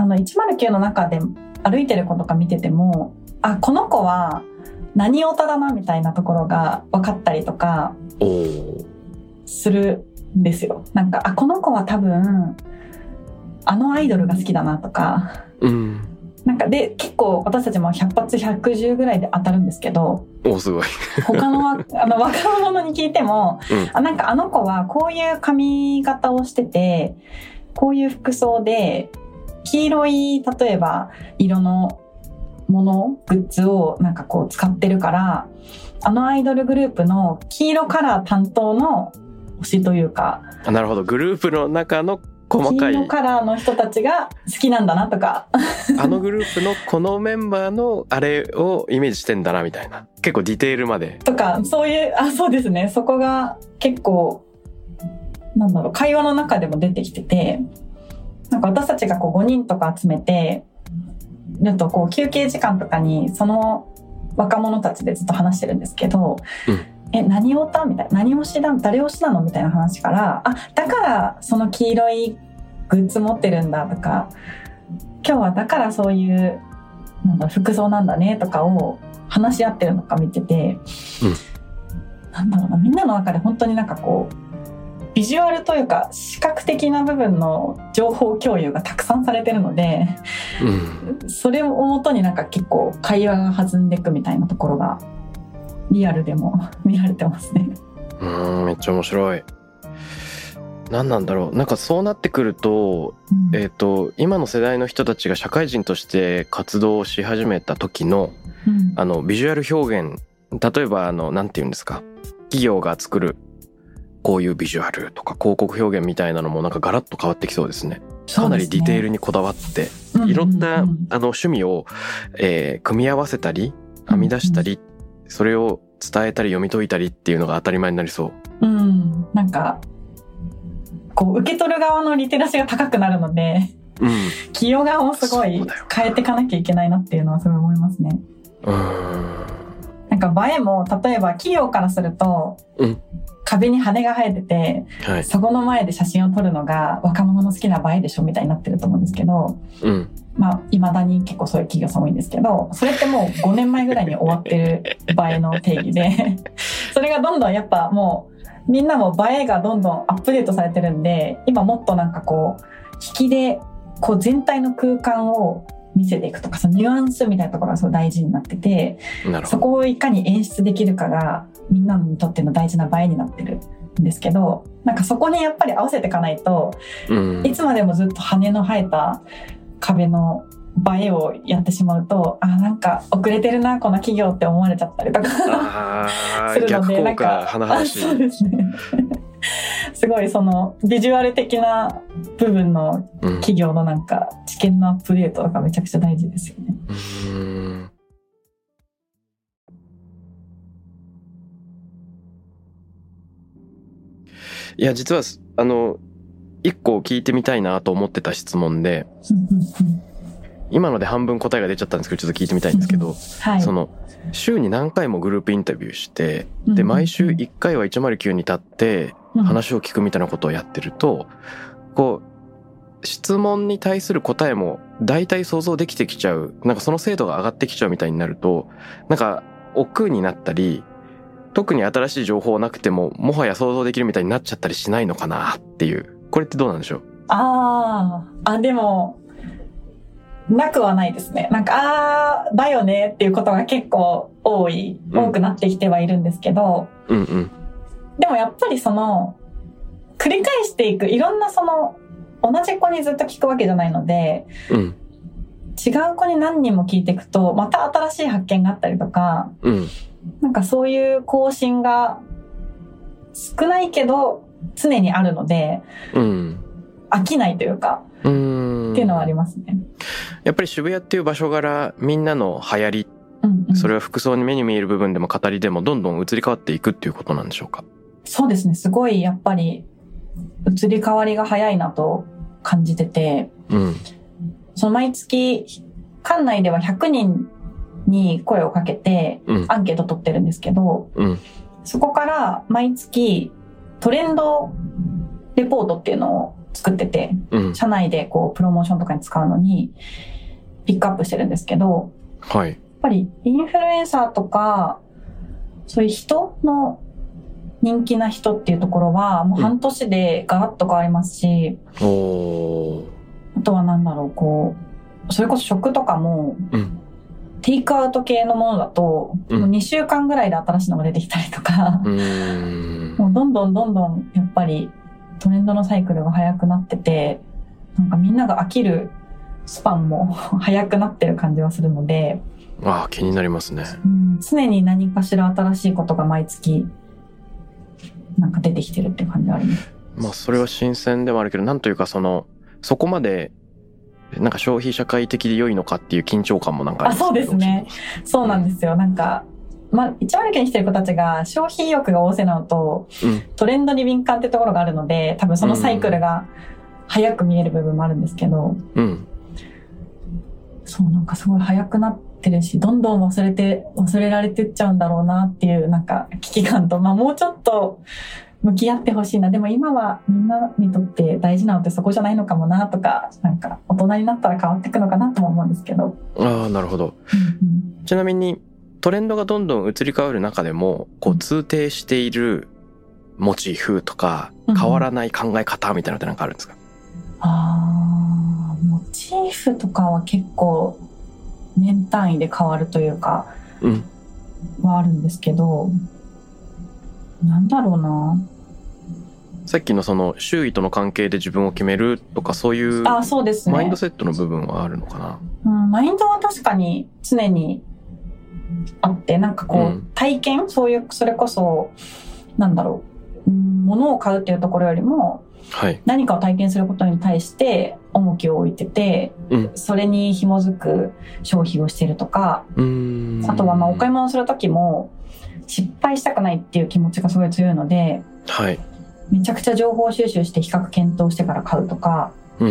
あのいちまるきゅうの中で歩いてる子とか見てても、あ、この子は何オタだなみたいなところが分かったりとかするんですよ。なんか、あ、この子は多分あのアイドルが好きだなとか、うん、なんかで結構私たちもひゃく発ひゃくじゅうぐらいで当たるんですけど、 おすごい他のあの若者に聞いても、うん、あ、なんかあの子はこういう髪型をしてて、こういう服装で黄色い例えば色のものグッズをなんかこう使ってるから、あのアイドルグループの黄色カラー担当の推しというか、 あ、なるほど、グループの中の細かい黄色カラーの人たちが好きなんだなとかあのグループのこのメンバーのあれをイメージしてんだなみたいな、結構ディテールまでとか、そういう、あ、そうですね、そこが結構なんだろう、会話の中でも出てきてて、なんか私たちがこうごにんとか集めてると、こう休憩時間とかにその若者たちでずっと話してるんですけど、うん、え、何オタみたいな、何推しだ、誰推しなのみたいな話から、あ、だからその黄色いグッズ持ってるんだとか、今日はだからそういうなんだ服装なんだねとかを話し合ってるのか見てて、うん、なんだろうな、みんなの中で本当になんかこうビジュアルというか視覚的な部分の情報共有がたくさんされてるので、うん、それをもとになんか結構会話が弾んでいくみたいなところがリアルでも見られてますね。 うーん、めっちゃ面白い。何なんだろう、なんかそうなってくると、うん、えーと、今の世代の人たちが社会人として活動し始めた時の、うん、あのビジュアル表現、例えばあのなんていうんですか、企業が作るこういうビジュアルとか広告表現みたいなのもなんかガラッと変わってきそうですね。かなりディテールにこだわって、ね、いろんな、うんうんうん、あの趣味を、えー、組み合わせたり編み出したり、うんうん、それを伝えたり読み解いたりっていうのが当たり前になりそう。 うん、なんかこう受け取る側のリテラシーが高くなるので、うん、企業側もすごい変えていかなきゃいけないなっていうのはすごい思いますね。うん、なんか映えも例えば企業からすると、うん、壁に羽が生えてて、はい、そこの前で写真を撮るのが若者の好きな映えでしょみたいになってると思うんですけど、うん、まあ未だに結構そういう企業さん多いんですけど、それってもうごねんまえぐらいに終わってる映えの定義でそれがどんどんやっぱもうみんなも映えがどんどんアップデートされてるんで、今もっとなんかこう引きでこう全体の空間を見せていくとか、そのニュアンスみたいなところがすごい大事になってて、そこをいかに演出できるかがみんなにとっての大事な映えになってるんですけど、なんかそこにやっぱり合わせていかないと、うん、いつまでもずっと羽の生えた壁の映えをやってしまうと、あ、なんか遅れてるなこの企業って思われちゃったりとかするので、なんかそうですねすごいそのビジュアル的な部分の企業のなんか知見のアップデートとかめちゃくちゃ大事ですよね。うーん、 いや実はあの一個聞いてみたいなと思ってた質問で今ので半分答えが出ちゃったんですけど、ちょっと聞いてみたいんですけど、はい、その週に何回もグループインタビューして、で毎週いっかいはいちまるきゅうに立って話を聞くみたいなことをやってると、こう質問に対する答えも大体想像できてきちゃう、なんかその精度が上がってきちゃうみたいになると、なんか億劫になったり、特に新しい情報なくてももはや想像できるみたいになっちゃったりしないのかなっていう、これってどうなんでしょう？ あー、あ、でもなくはないですね。なんか、あーだよねっていうことが結構多い、多くなってきてはいるんですけど、うんうん、でもやっぱりその繰り返していく、いろんなその同じ子にずっと聞くわけじゃないので、うん、違う子に何人も聞いていくとまた新しい発見があったりとか、うん、なんかそういう更新が少ないけど常にあるので、うん、飽きないというか、うーんっていうのはありますね。 やっぱり渋谷っていう場所柄、みんなの流行り、うんうん、それは服装に目に見える部分でも語りでもどんどん移り変わっていくっていうことなんでしょうか？ そうですね、すごいやっぱり移り変わりが早いなと感じてて、うん、その毎月館内ではひゃくにんに声をかけてアンケート取ってるんですけど、うん、そこから毎月トレンドレポートっていうのを作ってて、 うん、 社内でこうプロモーションとかに使うのにピックアップしてるんですけど、 はい、 やっぱりインフルエンサーとかそういう人の人気な人っていうところはもう半年でガラッと変わりますし、 うん、おあとはなんだろう、こうそれこそ食とかも、うん、テイクアウト系のものだと、うん、もうにしゅうかんぐらいで新しいのが出てきたりとか、うん、もうどんどんどんどんやっぱりトレンドのサイクルが早くなってて、なんかみんなが飽きるスパンも早くなってる感じはするので、 ああ、気になりますね、 うん、常に何かしら新しいことが毎月なんか出てきてるっていう感じはあります。 まあそれは新鮮ではあるけど、なんというかそのそこまでなんか消費社会的で良いのかっていう緊張感もなんかありますね。 あ、そうですね。そうなんですよ。なんかまあ、いちまるきゅうに来てる子たちが消費意欲が旺盛なのと、うん、トレンドに敏感ってところがあるので、多分そのサイクルが早く見える部分もあるんですけど、うん、そうなんかすごい早くなってるし、どんどん忘れて忘れられてっちゃうんだろうなっていうなんか危機感と、まあもうちょっと向き合ってほしいな。でも今はみんなにとって大事なのってそこじゃないのかもなとか、なんか大人になったら変わっていくのかなとも思うんですけど。 ああ、なるほど。うんうん、ちなみにトレンドがどんどん移り変わる中でも、こう通底しているモチーフとか、変わらない考え方みたいなのって何かあるんですか？ うん、ああ、モチーフとかは結構年単位で変わるというか、うん、はあるんですけど、なんだろうな。 さっきのその周囲との関係で自分を決めるとか、そういうマインドセットの部分はあるのかな？ うん、マインドは確かに常にあって、なんかこう、うん、体験、そういうそれこそなんだろう、物を買うっていうところよりも、はい、何かを体験することに対して重きを置いてて、うん、それに紐づく消費をしているとか、うーん、あとはまあお買い物する時も失敗したくないっていう気持ちがすごい強いので、はい、めちゃくちゃ情報収集して比較検討してから買うとか、うん、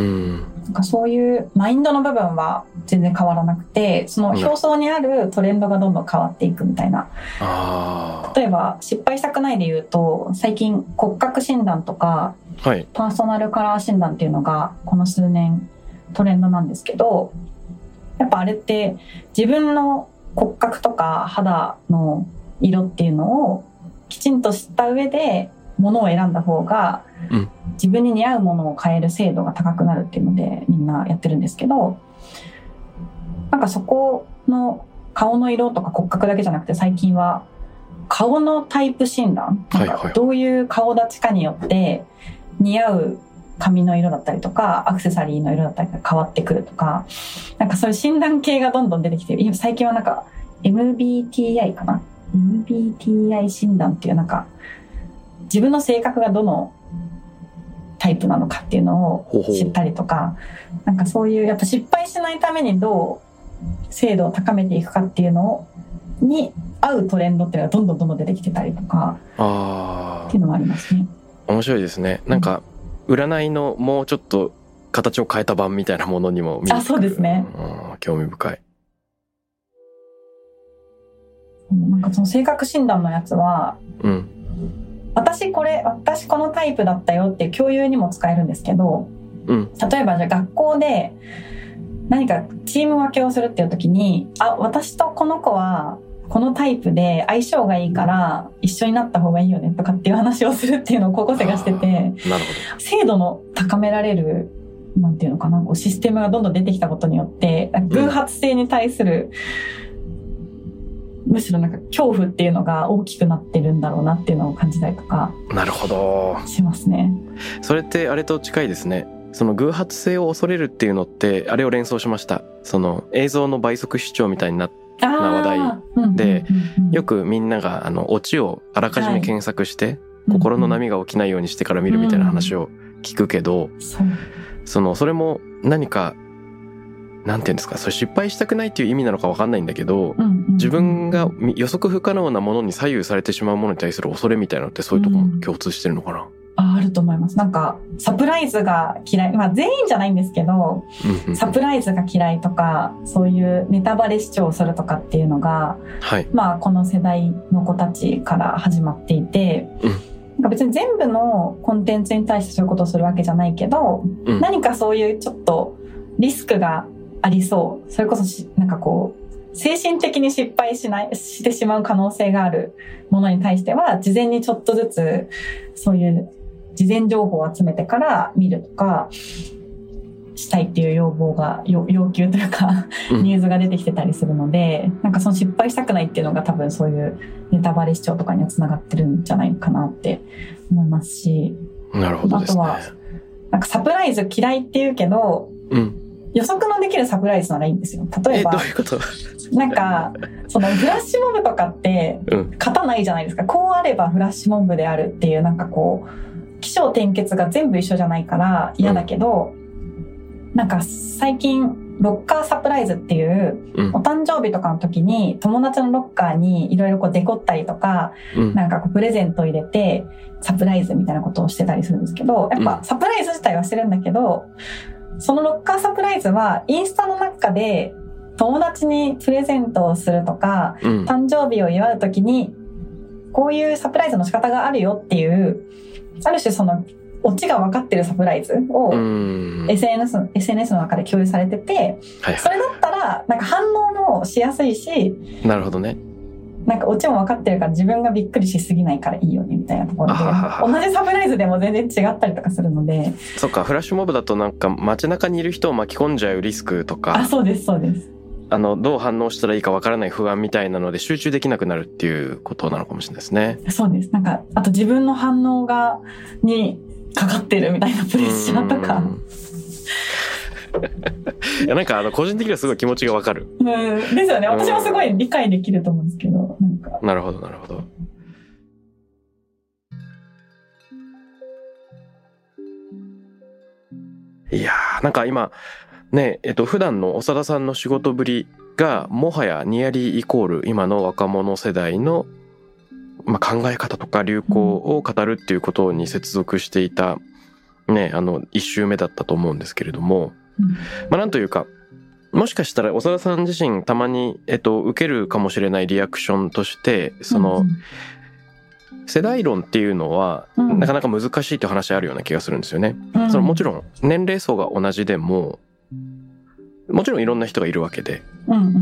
なんかそういうマインドの部分は全然変わらなくて、その表層にあるトレンドがどんどん変わっていくみたいな、うん、あ、例えば失敗したくないで言うと、最近骨格診断とか、はい、パーソナルカラー診断っていうのがこの数年トレンドなんですけど、やっぱあれって自分の骨格とか肌の色っていうのをきちんと知った上で物を選んだ方が、うん、自分に似合うものを変える精度が高くなるっていうのでみんなやってるんですけど、なんかそこの顔の色とか骨格だけじゃなくて、最近は顔のタイプ診断、なんかどういう顔立ちかによって似合う髪の色だったりとかアクセサリーの色だったりが変わってくるとか、なんかそういう診断系がどんどん出てきてる。最近はなんか エムビーティーアイ かな エムビーティーアイ 診断っていう、なんか自分の性格がどのタイプなのかっていうのを知ったりとか、なんかそういうやっぱ失敗しないためにどう精度を高めていくかっていうのに合うトレンドっていうのがどんどんどんどん出てきてたりとか、あっていうのもありますね。 面白いですね。なんか占いのもうちょっと形を変えた版みたいなものにも見えてくる。 あ、そうですね。 うん、興味深い。 なんかその性格診断のやつは、うん、私これ私このタイプだったよっていう共有にも使えるんですけど、うん、例えばじゃあ学校で何かチーム分けをするっていう時に、あ、私とこの子はこのタイプで相性がいいから一緒になった方がいいよねとかっていう話をするっていうのを高校生がしてて、なるほど、精度の高められるなんていうのかな、こうシステムがどんどん出てきたことによって偶発性に対する、うん、むしろなんか恐怖っていうのが大きくなってるんだろうなっていうのを感じたりとか、 なるほど、 しますね。 それってあれと近いですね。その偶発性を恐れるっていうのってあれを連想しました。その映像の倍速視聴みたいになった話題で、よくみんながあのオチをあらかじめ検索して、はい、心の波が起きないようにしてから見るみたいな話を聞くけど、うん、そ, そのそれも何かなんていうんですか、それ失敗したくないっていう意味なのか分かんないんだけど、うんうんうん、自分が予測不可能なものに左右されてしまうものに対する恐れみたいなのってそういうところも共通してるのかな。 うん、あ, あると思います。なんかサプライズが嫌い、まあ全員じゃないんですけど、うんうん、サプライズが嫌いとか、そういうネタバレ視聴するとかっていうのが、はい、まあこの世代の子たちから始まっていて、うん、なんか別に全部のコンテンツに対してそういうことをするわけじゃないけど、うん、何かそういうちょっとリスクがありそう、それこそしなんかこう精神的に失敗しないしてしまう可能性があるものに対しては事前にちょっとずつそういう事前情報を集めてから見るとかしたいっていう要望が要求というかニーズが出てきてたりするので、うん、なんかその失敗したくないっていうのが多分そういうネタバレ視聴とかにはつながってるんじゃないかなって思いますし、 なるほどですね。 あとはなんかサプライズ嫌いって言うけど、うん、予測のできるサプライズならいいんですよ。例えばえどういうことなんかそのフラッシュモブとかって型ないじゃないですか、うん、こうあればフラッシュモブであるっていうなんかこう起承転結が全部一緒じゃないから嫌だけど、うんなんか最近ロッカーサプライズっていう、うん、お誕生日とかの時に友達のロッカーにいろいろこうデコったりとか、うん、なんかこうプレゼント入れてサプライズみたいなことをしてたりするんですけど、やっぱサプライズ自体はしてるんだけど、そのロッカーサプライズはインスタの中で友達にプレゼントをするとか、うん、誕生日を祝う時にこういうサプライズの仕方があるよっていうある種そのオチが分かってるサプライズを エスエヌエス, エスエヌエス の中で共有されてて、はいはい、それだったらなんか反応もしやすいし、 なるほどね、 なんかオチも分かってるから自分がびっくりしすぎないからいいよねみたいなところで、同じサプライズでも全然違ったりとかするので。 そっか、フラッシュモブだとなんか街中にいる人を巻き込んじゃうリスクとか、 あ、そうですそうです、 あのどう反応したらいいか分からない不安みたいなので集中できなくなるっていうことなのかもしれないですね。 そうです。なんかあと自分の反応がにかかってるみたいなプレッシャーとかいやなんかあの個人的にはすごい気持ちがわかる、 うん、ですよね。私もすごい理解できると思うんですけど、なんかなるほどなるほど。いやーなんか今ねえっと普段の長田さんの仕事ぶりがもはやニアリーイコール今の若者世代のまあ、考え方とか流行を語るっていうことに接続していた、ね、あの一周目だったと思うんですけれども、まあ、なんというかもしかしたら長田さん自身たまに、えっと、受けるかもしれないリアクションとしてその世代論っていうのはなかなか難しいという話あるような気がするんですよね。そのもちろん年齢層が同じでももちろんいろんな人がいるわけで、うんうんうん、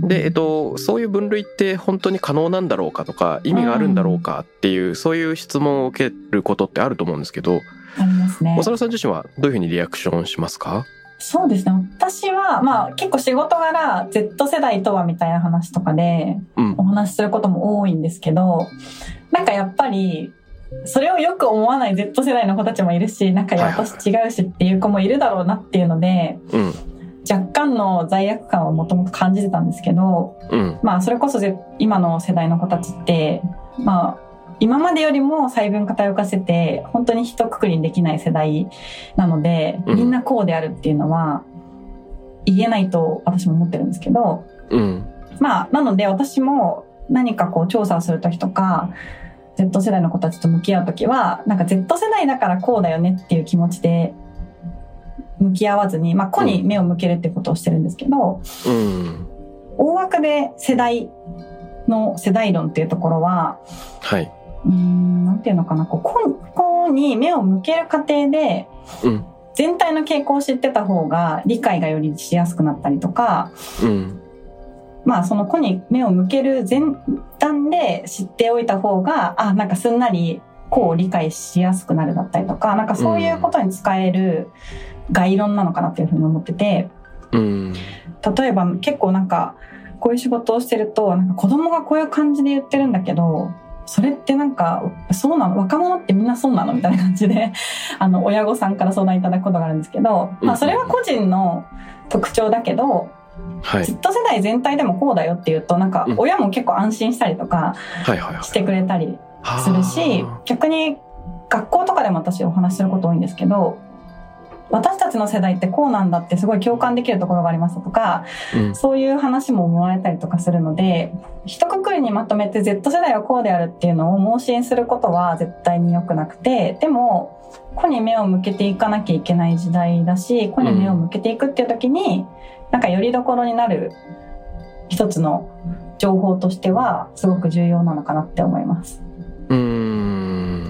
で、えっと、そういう分類って本当に可能なんだろうかとか意味があるんだろうかっていう、うん、そういう質問を受けることってあると思うんですけど、 ありますね。 長田さん自身はどういうふうにリアクションしますか？ そうですね。私は、まあ結構仕事柄 Z 世代とはみたいな話とかでお話しすることも多いんですけど、うん、なんかやっぱりそれをよく思わない Z 世代の子たちもいるし、なんか私違うしっていう子もいるだろうなっていうので、うん若干の罪悪感はもともと感じてたんですけど、うん、まあそれこそ今の世代の子たちってまあ今までよりも細分化多様化してて本当に一括りにできない世代なので、うん、みんなこうであるっていうのは言えないと私も思ってるんですけど、うん、まあなので私も何かこう調査をするときとか Z 世代の子たちと向き合うときはなんか Z 世代だからこうだよねっていう気持ちで向き合わずに、まあ、個に目を向けるってことをしてるんですけど、うん、大枠で世代の世代論っていうところは、はい、うーんなんていうのかな、こう個、個に目を向ける過程で、うん、全体の傾向を知ってた方が理解がよりしやすくなったりとか、うん、まあその個に目を向ける前段で知っておいた方が、あ、なんかすんなり個を理解しやすくなるだったりとか、なんかそういうことに使える、うん概論なのかなっていうふうに思ってて、うん、例えば結構なんかこういう仕事をしてるとなんか子供がこういう感じで言ってるんだけどそれってなんかそうなの若者ってみんなそうなのみたいな感じであの親御さんから相談いただくことがあるんですけど、まあ、それは個人の特徴だけど、はい、Z 世代全体でもこうだよっていうとなんか親も結構安心したりとかしてくれたりするし、逆に学校とかでも私お話しすること多いんですけど、私たちの世代ってこうなんだってすごい共感できるところがありますとか、うん、そういう話ももらえたりとかするので、一括りにまとめて Z 世代はこうであるっていうのを盲信することは絶対に良くなくて、でも個に目を向けていかなきゃいけない時代だし、個に目を向けていくっていう時に、うん、なんかよりどころになる一つの情報としてはすごく重要なのかなって思います。 うーん、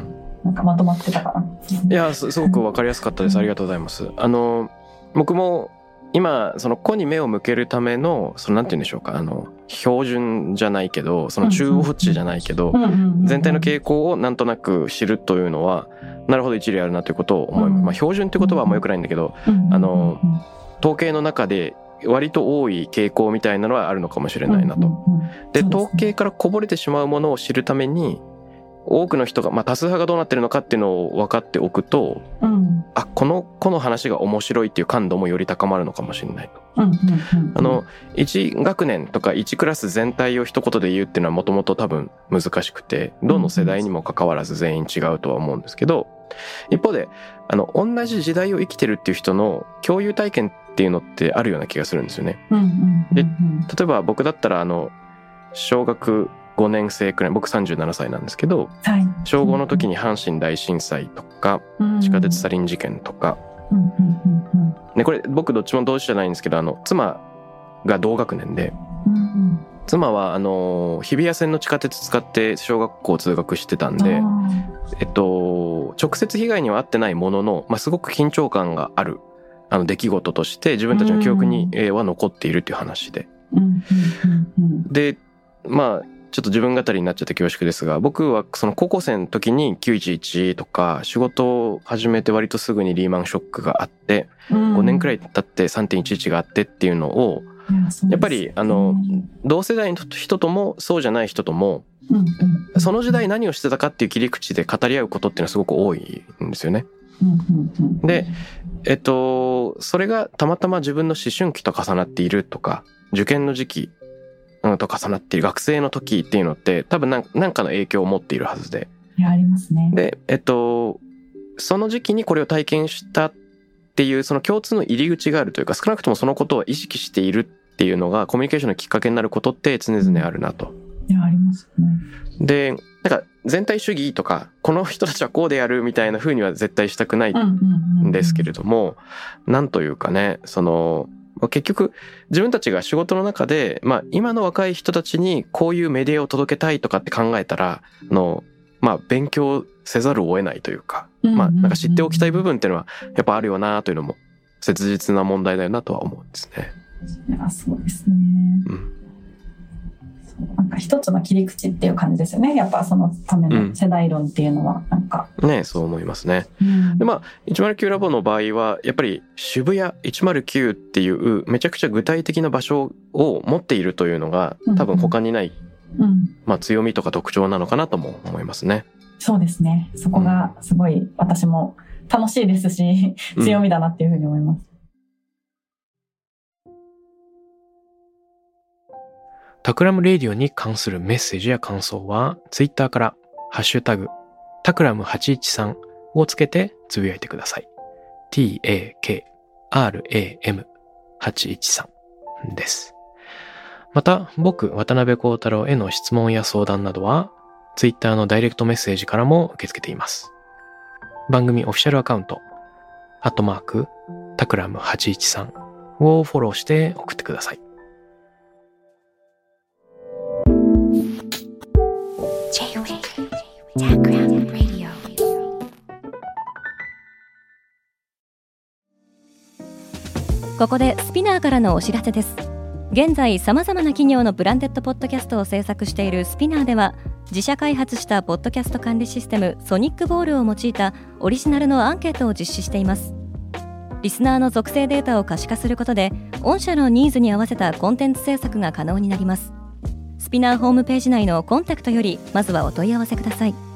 なんかまとまってたかな。 いや す, すごく分かりやすかったです。ありがとうございます。あの僕も今その個に目を向けるためのそのなんて言うんでしょうか、あの標準じゃないけどその中央値じゃないけど全体の傾向をなんとなく知るというのはなるほど一理あるなということを思います。まあ、標準って言葉はもうよくないんだけど、あの統計の中で割と多い傾向みたいなのはあるのかもしれないなと。で統計からこぼれてしまうものを知るために多くの人が、まあ、多数派がどうなってるのかっていうのを分かっておくと、うん、あこのこの話が面白いっていう感度もより高まるのかもしれないと。うんうんうんうん、あのいち学年とかいちクラス全体を一言で言うっていうのはもともと多分難しくてどの世代にも関わらず全員違うとは思うんですけど、一方であの同じ時代を生きてるっていう人の共有体験っていうのってあるような気がするんですよね。うんうんうんうん、で例えば僕だったらあの小学ごねん生くらい、僕さんじゅうななさいなんですけど、はい、小ごの時に阪神大震災とか、うん、地下鉄サリン事件とか、うんうんうんうんね、これ僕どっちも同志じゃないんですけどあの妻が同学年で、うんうん、妻はあの日比谷線の地下鉄使って小学校通学してたんで、えっと、直接被害には遭ってないものの、まあ、すごく緊張感があるあの出来事として自分たちの記憶には残っているっていう話で、うんうんうんうん、でまあちょっと自分語りになっちゃって恐縮ですが、僕はその高校生の時にきゅういちいちとか仕事を始めて割とすぐにリーマンショックがあって、うん、ごねんくらい経って さんてんいちいち があってっていうのをやっぱりあの同世代の人ともそうじゃない人ともその時代何をしてたかっていう切り口で語り合うことっていうのはすごく多いんですよね。で、えっとそれがたまたま自分の思春期と重なっているとか受験の時期と重なっている学生の時っていうのって多分何かの影響を持っているはずで、 いやありますね。 で、えっとその時期にこれを体験したっていうその共通の入り口があるというか、少なくともそのことを意識しているっていうのがコミュニケーションのきっかけになることって常々あるなと。 いやありますね。 で、なんか全体主義とかこの人たちはこうでやるみたいな風には絶対したくないんですけれども、なんというかね、その結局自分たちが仕事の中で、まあ、今の若い人たちにこういうメディアを届けたいとかって考えたらあの、まあ、勉強せざるを得ないというか、まあ、なんか知っておきたい部分っていうのはやっぱあるよなというのも切実な問題だよなとは思うんですね。 いやそうですね、うん、なんか一つの切り口っていう感じですよね。やっぱそのための世代論っていうのはなんか、 うん、ねそう思いますね、うん、でまあいちまるきゅうラボの場合はやっぱり渋谷いちまるきゅうっていうめちゃくちゃ具体的な場所を持っているというのが多分他にない、うん、まあ強みとか特徴なのかなとも思いますね。 そうですね。そこがすごい私も楽しいですし、うん、強みだなっていうふうに思います。 タクラムレディオに関するメッセージや感想はツイッターからハッシュタグタクラムはちいちさんをつけてつぶやいてください。 タクラムはちいちさん です。また僕渡辺幸太郎への質問や相談などはツイッターのダイレクトメッセージからも受け付けています。番組オフィシャルアカウントアットマークタクラムはちいちさんをフォローして送ってください。 ここでスピナーからのお知らせです。現在さまざまな企業のブランデッドポッドキャストを制作しているスピナーでは、自社開発したポッドキャスト管理システムソニックボールを用いたオリジナルのアンケートを実施しています。リスナーの属性データを可視化することで御社のニーズに合わせたコンテンツ制作が可能になります。スピナーホームページ内のコンタクトよりまずはお問い合わせください。